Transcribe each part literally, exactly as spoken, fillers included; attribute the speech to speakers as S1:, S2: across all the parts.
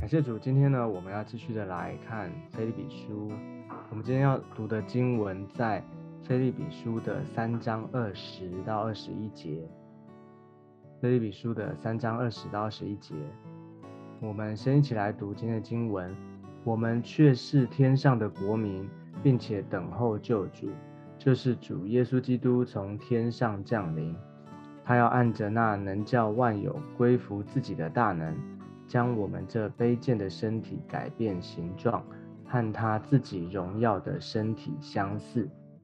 S1: 谢主，今天呢，我们要继续的来看腓立比书。我们今天要读的经文在腓立比书的三章二十到二十一节。腓立比书的三章二十到二十一节，我们先一起来读今天的经文。我们却是天上的国民，并且等候救主，就是主耶稣基督从天上降临。他要按着那能叫万有归服自己的大能，将我们这卑贱的身体改变形状，和他自己荣耀的身体相似。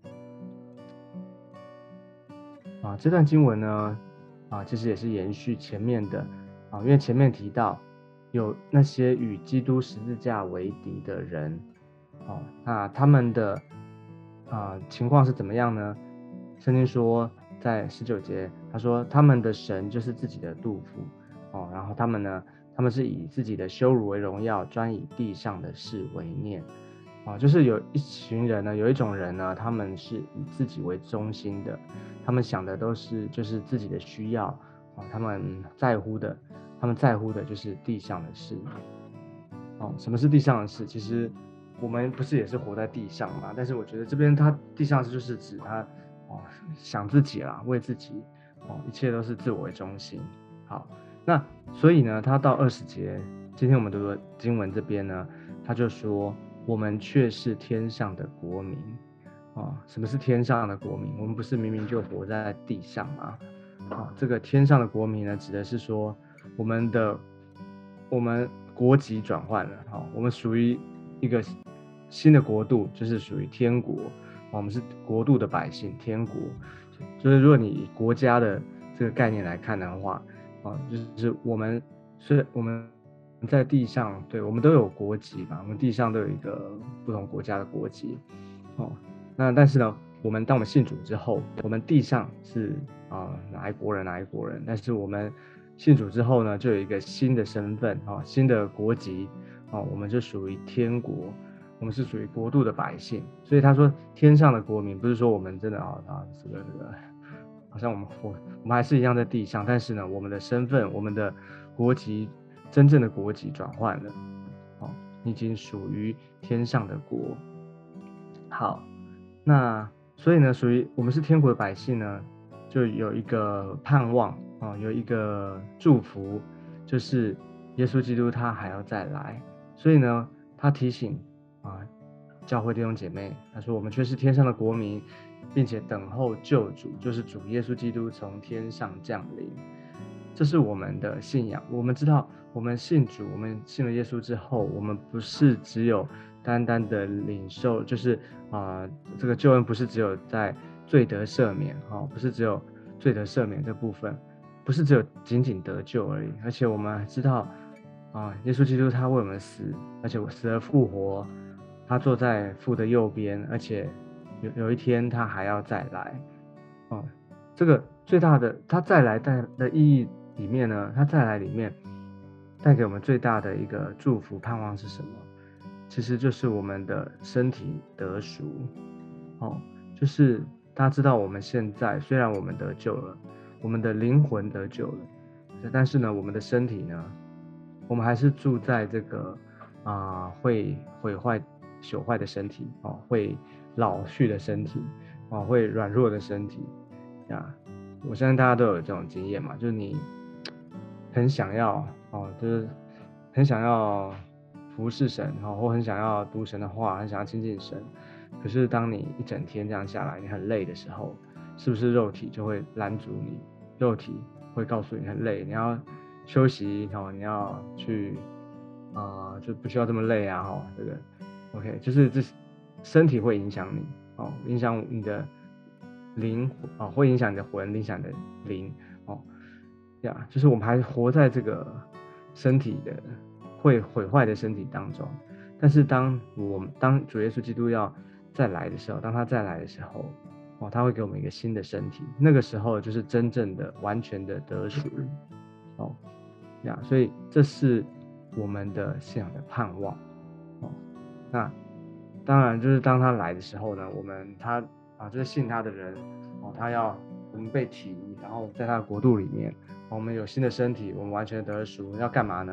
S1: 啊，这段经文呢，啊，其实也是延续前面的，啊，因为前面提到有那些与基督十字架为敌的人，哦，那他们的啊情况是怎么样呢？圣经说在十九节，他说他们的神就是自己的肚腹，哦，然后他们呢？他们是以自己的羞辱为荣耀，专以地上的事为念，啊，就是有一群人呢，有一种人呢，他们是以自己为中心的，他们想的都是就是自己的需要，啊，他们在乎的，他们在乎的就是地上的事。哦，什么是地上的事？其实我们不是也是活在地上嘛？但是我觉得这边他地上的事就是指他哦想自己啦，为自己，哦，一切都是自我为中心。好。那所以呢，他到二十节，今天我们读的经文这边呢，他就说，我们却是天上的国民，哦，什么是天上的国民？我们不是明明就活在地上吗？哦，这个天上的国民呢，指的是说，我们的我们国籍转换了，哦，我们属于一个新的国度，就是属于天国，哦，我们是国度的百姓，天国。就是如果你以国家的这个概念来看的话，哦，就是我们是我们在地上，对，我们都有国籍嘛，我们地上都有一个不同国家的国籍，哦，那但是呢，我们当我们信主之后，我们地上是啊、呃、哪一国人哪一国人，但是我们信主之后呢，就有一个新的身份啊、哦，新的国籍，哦，我们就属于天国，我们是属于国度的百姓，所以他说天上的国民，不是说我们真的啊啊这个这个。好像我们我我们还是一样在地上，但是呢，我们的身份、我们的国籍，真正的国籍转换了，哦，你已经属于天上的国。好，那所以呢，属于我们是天国的百姓呢，就有一个盼望哦，有一个祝福，就是耶稣基督他还要再来。所以呢，他提醒啊，教会弟兄姐妹，他说我们却是天上的国民，并且等候救主，就是主耶稣基督从天上降临。这是我们的信仰。我们知道，我们信主，我们信了耶稣之后，我们不是只有单单的领受，就是啊、呃，这个救恩不是只有在罪得赦免，哦，不是只有罪得赦免这部分，不是只有仅仅得救而已，而且我们知道啊、呃，耶稣基督他为我们死，而且死而复活，他坐在父的右边，而且有有一天他还要再来，哦，这个最大的他再来带的意义里面呢，他再来里面带给我们最大的一个祝福盼望是什么？其实就是我们的身体得赎，哦，就是大家知道我们现在虽然我们得救了，我们的灵魂得救了，但是呢，我们的身体呢，我们还是住在这个啊、呃、会毁坏、朽坏的身体哦，会老去的身体哦，会软弱的身体呀。我相信大家都有这种经验嘛，就是你很想要哦，就是很想要服侍神哦，或很想要读神的话，很想要亲近神。可是当你一整天这样下来，你很累的时候，是不是肉体就会拦阻你？肉体会告诉你很累，你要休息哦，你要去啊、呃，就不需要这么累啊，哦，这个 OK， 就是这身体会影响你哦，影响你的灵哦，会影响你的魂，影响你的灵哦，呀，就是我们还活在这个身体的会毁坏的身体当中，但是当我们当主耶稣基督要再来的时候，当他再来的时候，哦，他会给我们一个新的身体，那个时候就是真正的、完全的得赎，哦，呀，所以这是我们的信仰的盼望，哦，那当然就是当他来的时候呢，我们他啊，就是信他的人，哦，他要我们被提，然后在他的国度里面，我们有新的身体，我们完全得赎，要干嘛呢？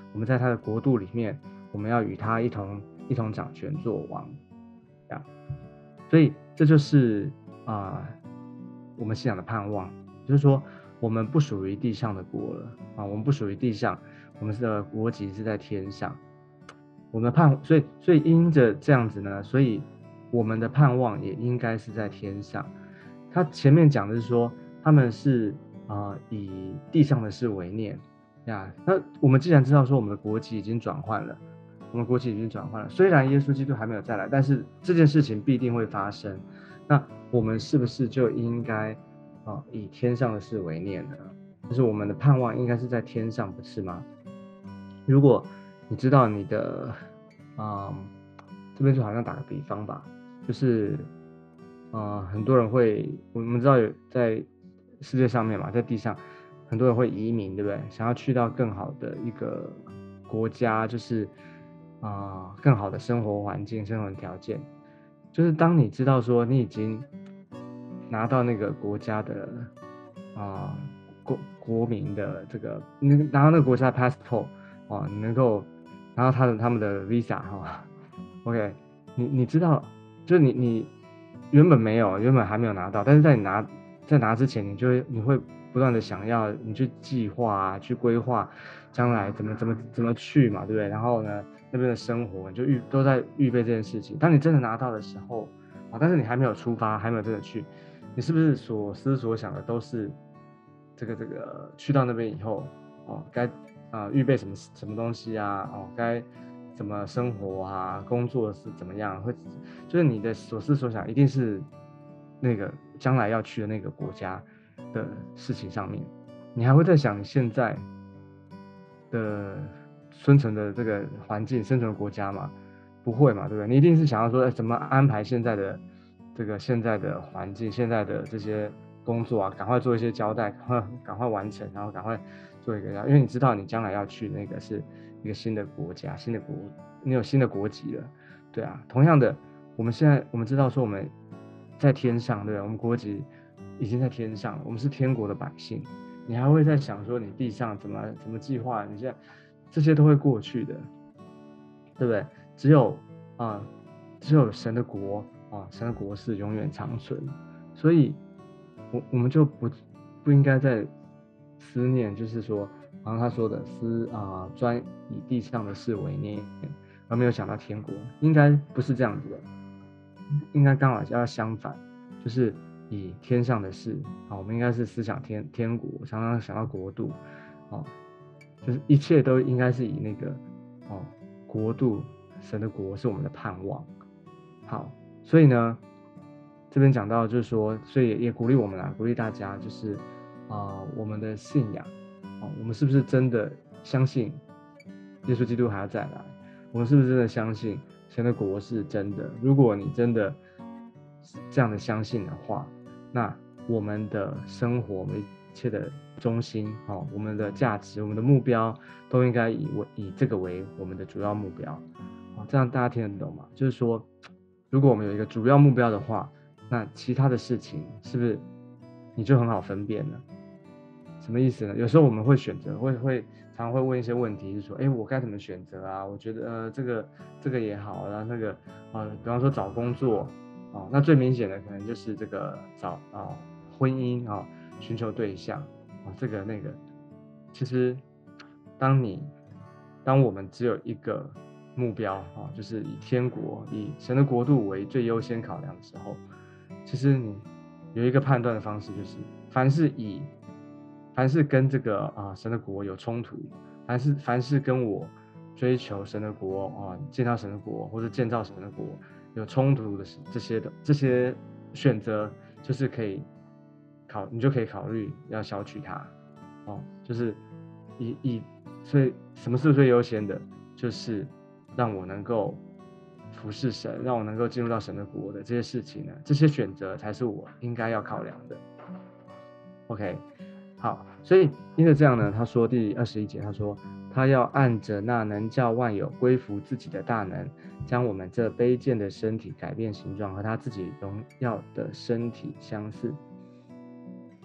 S1: 我们在他的国度里面，我们要与他一同一同掌权做王，这样。所以这就是啊、呃，我们信仰的盼望，就是说我们不属于地上的国了啊，我们不属于地上，我们的国籍是在天上。我们盼，所以所以因着这样子呢，所以我们的盼望也应该是在天上。他前面讲的是说，他们是啊、呃、以地上的事为念呀。那我们既然知道说我们的国籍已经转换了。我们国籍已经转换了，虽然耶稣基督还没有再来，但是这件事情必定会发生。那我们是不是就应该啊、呃、以天上的事为念呢？就是我们的盼望应该是在天上，不是吗？如果你知道你的啊、呃，这边就好像打个比方吧，就是啊、呃、很多人会，我们知道有在世界上面嘛，在地上很多人会移民，对不对？想要去到更好的一个国家，就是啊、呃、更好的生活环境、生活条件。就是当你知道说你已经拿到那个国家的啊、呃、国国民的这个，那拿到那个国家的 passport 哦，你能够拿到他的他们的 visa 哈、哦、，OK， 你你知道，就是你你原本没有，原本还没有拿到，但是在你拿在拿之前，你就会你会不断的想要你去计划啊，去规划将来怎么怎么怎么去嘛，对不对？然后呢，那边的生活你就预都在预备这件事情。当你真的拿到的时候啊，但是你还没有出发，还没有真的去，你是不是所思所想的都是这个这个去到那边以后哦，该啊、呃、预备什么什么东西啊，哦该怎么生活啊，工作是怎么样，会就是你的所思所想一定是那个将来要去的那个国家的事情上面，你还会在想你现在的生存的这个环境、生存的国家吗？不会嘛，对不对？你一定是想要说，哎，怎么安排现在的这个现在的环境、现在的这些工作啊，赶快做一些交代，赶快赶快完成，然后赶快做一个，因为你知道你将来要去那个是一个新的国家、新的国，你有新的国籍了，对啊。同样的，我们现在我们知道说我们在天上，对不对？我们国籍已经在天上，我们是天国的百姓。你还会在想说你地上怎么怎么计划？你现在这些都会过去的，对不对？只有啊、呃，只有神的国啊，神的国是永远长存。所以，我我们就不不应该再思念，就是说，好像他说的思啊，专以地上的事为念，而没有想到天国。应该不是这样子的，应该刚好要相反，就是以天上的事，好，我们应该是思想天天国，常常想到国度，哦，就是一切都应该是以那个哦国度，神的国是我们的盼望。好，所以呢，这边讲到就是说，所以也鼓励我们啦，鼓励大家就是啊、呃，我们的信仰，哦，我们是不是真的相信耶稣基督还要再来？我们是不是真的相信神的国是真的？如果你真的这样的相信的话，那我们的生活，我们一切的中心，哦，我们的价值，我们的目标，都应该以以这个为我们的主要目标。哦，这样大家听得懂吗？就是说，如果我们有一个主要目标的话，那其他的事情是不是你就很好分辨了？什么意思呢？有时候我们会选择，会会常常会问一些问题，是说，哎，我该怎么选择啊？我觉得呃，这个这个也好，然后那个呃，比方说找工作，哦，那最明显的可能就是这个找啊、哦、婚姻啊、哦，寻求对象啊、哦，这个那个，其实当你当我们只有一个目标啊、哦，就是以天国、以神的国度为最优先考量的时候，其实你有一个判断的方式，就是凡是以凡是跟这个啊、呃、神的国有冲突，凡是凡是跟我追求神的国啊、呃、建造神的国或者建造神的国有冲突的这些的这些选择，就是可以考你就可以考虑要消去它哦，就是以以所以什么是最优先的，就是让我能够服侍神，让我能够进入到神的国的这些事情呢，这些选择才是我应该要考量的。OK。好，所以因为这样呢，他说第二十一节，他说他要按着那能叫万有归服自己的大能，将我们这卑贱的身体改变形状，和他自己荣耀的身体相似。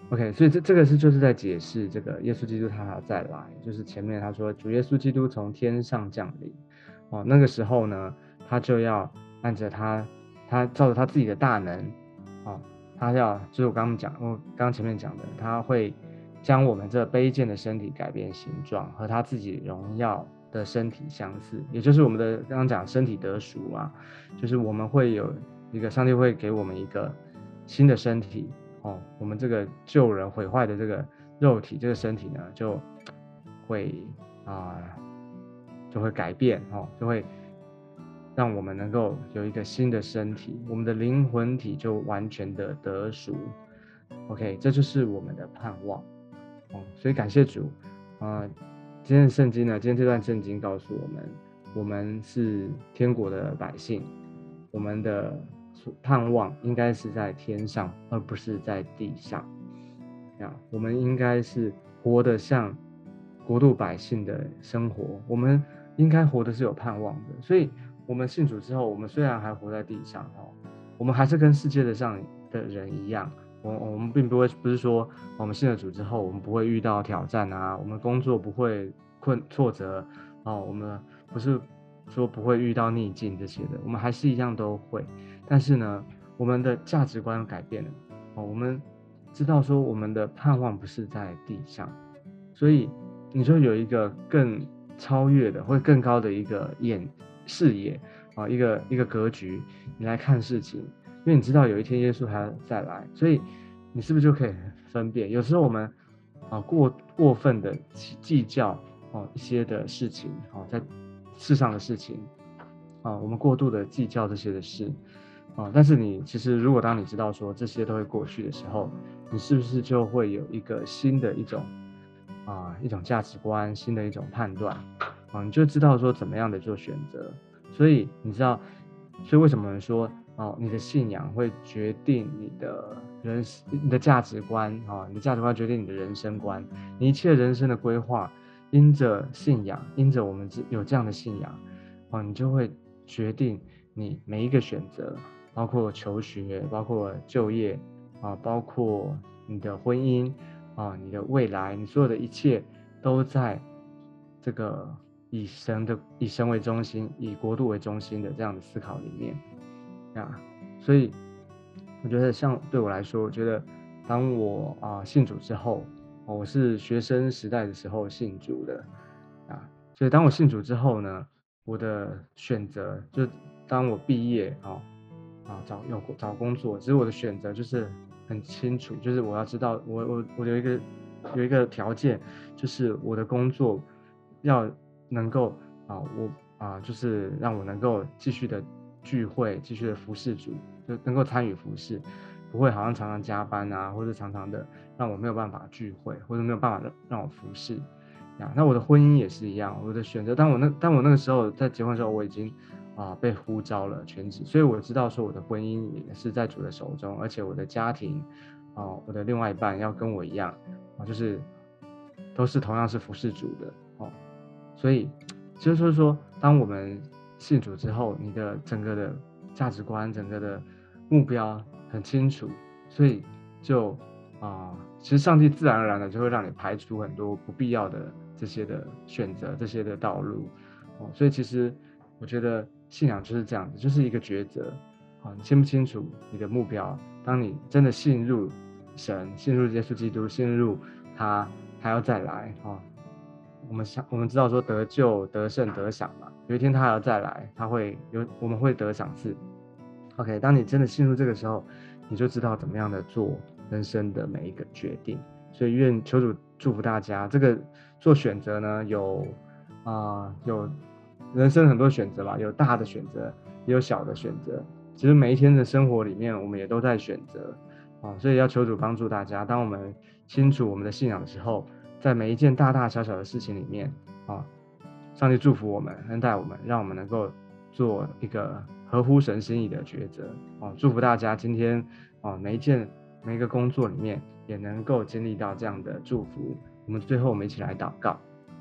S1: OK，所以这这个是就是在解释这个耶稣基督他还要再来，就是前面他说主耶稣基督从天上降临，哦，那个时候呢，他就要按着他他照着他自己的大能，哦，他要就是我刚刚讲，我刚刚前面讲的，他会将我们这卑贱的身体改变形状，和他自己荣耀的身体相似，也就是我们的刚刚讲身体得赎嘛，就是我们会有一个上帝会给我们一个新的身体。哦，我们这个旧人毁坏的这个肉体，这个身体呢，就会啊、呃，就会改变哦，就会让我们能够有一个新的身体，我们的灵魂体就完全的得赎。OK， 这就是我们的盼望。哦，所以感谢主，啊、呃，今天的圣经呢，今天这段圣经告诉我们，我们是天国的百姓，我们的盼望应该是在天上，而不是在地上。啊，我们应该是活得像国度百姓的生活，我们应该活的是有盼望的。所以，我们信主之后，我们虽然还活在地上，哦，我们还是跟世界的上的人一样。我我们并不会不是说我们信了主之后，我们不会遇到挑战啊，我们工作不会困挫折哦，我们不是说不会遇到逆境这些的，我们还是一样都会。但是呢，我们的价值观改变了哦，我们知道说我们的盼望不是在地上，所以你就有一个更超越的或更高的一个眼视野啊，一个一个格局，你来看事情。因为你知道有一天耶稣还要再来，所以你是不是就可以分辨？有时候我们啊过过分的计较哦一些的事情，哦在世上的事情，啊我们过度的计较这些的事，啊但是你其实如果当你知道说这些都会过去的时候，你是不是就会有一个新的一种啊一种价值观，新的一种判断，啊你就知道说怎么样的做选择。所以你知道，所以为什么说？哦，你的信仰会决定你的人，你的价值观啊，你的价值观决定你的人生观，你一切人生的规划，因着信仰，因着我们有这样的信仰，哦，你就会决定你每一个选择，包括求学，包括就业啊，包括你的婚姻啊，你的未来，你所有的一切都在这个以神的以神为中心，以国度为中心的这样的思考里面。啊，所以我觉得像对我来说，我觉得当我啊、呃、信主之后，哦，我是学生时代的时候信主的啊，所以当我信主之后呢，我的选择就当我毕业啊啊找有找工作，其实我的选择就是很清楚，就是我要知道我我我有一个有一个条件，就是我的工作要能够啊我啊就是让我能够继续的。聚会继续的服侍主，就能够参与服侍，不会好像常常加班啊，或者常常的让我没有办法聚会，或者没有办法让让我服侍呀。那我的婚姻也是一样，我的选择，当我那当我那个时候在结婚的时候，我已经啊、呃、被呼召了全职，所以我知道说我的婚姻也是在主的手中，而且我的家庭啊、呃，我的另外一半要跟我一样啊、呃，就是都是同样是服侍主的哦，所以就是说，当我们信主之后，你的整个的价值观、整个的目标很清楚，所以就啊、呃，其实上帝自然而然的就会让你排除很多不必要的这些的选择、这些的道路哦。所以其实我觉得信仰就是这样子，就是一个抉择啊、哦。你清不清楚你的目标？当你真的信入神、信入耶稣基督、信入他还要再来啊。哦我们想，我们知道说得救、得胜、得赏嘛，有一天他还要再来，他会有，我们会得赏赐。OK，当你真的进入这个时候，你就知道怎么样的做人生的每一个决定。所以愿求主祝福大家，这个做选择呢，有啊、呃、有人生很多选择吧，有大的选择，也有小的选择。其实每一天的生活里面，我们也都在选择啊，所以要求主帮助大家，当我们清楚我们的信仰的时候。在每一件大大小小的事情里面啊，上帝祝福我们，恩待我们，让我们能够做一个合乎神心意的抉择啊！祝福大家今天啊，每一件每一个工作里面也能够经历到这样的祝福。我们最后我们一起来祷告，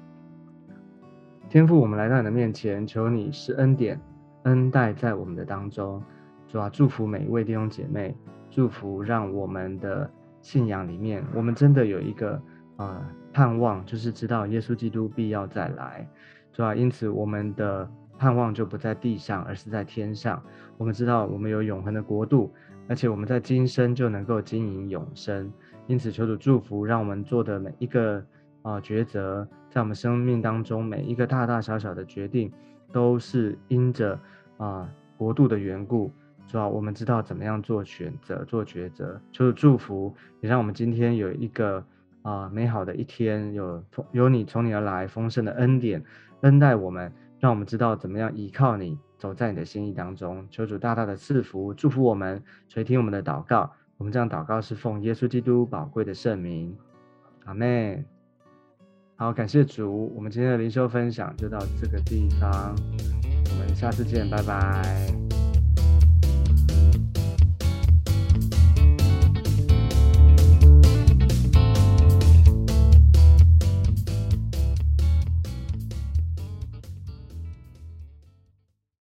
S1: 天父，我们来到你的面前，求你施恩典，恩待在我们的当中。主啊，祝福每一位弟兄姐妹，祝福让我们的信仰里面，我们真的有一个呃盼望，就是知道耶稣基督必要再来，是吧？因此我们的盼望就不在地上，而是在天上。我们知道我们有永恒的国度，而且我们在今生就能够经营永生。因此求主祝福，让我们做的每一个啊、呃、抉择，在我们生命当中每一个大大小小的决定，都是因着啊、呃、国度的缘故。主要我们知道怎么样做选择、做抉择，求主祝福，也让我们今天有一个啊、呃、美好的一天，有有你从你而来丰盛的恩典恩待我们，让我们知道怎么样依靠你，走在你的心意当中。求主大大的赐福祝福我们，垂听我们的祷告。我们这样祷告是奉耶稣基督宝贵的圣名，阿们。好，感谢主，我们今天的灵修分享就到这个地方，我们下次见，拜拜。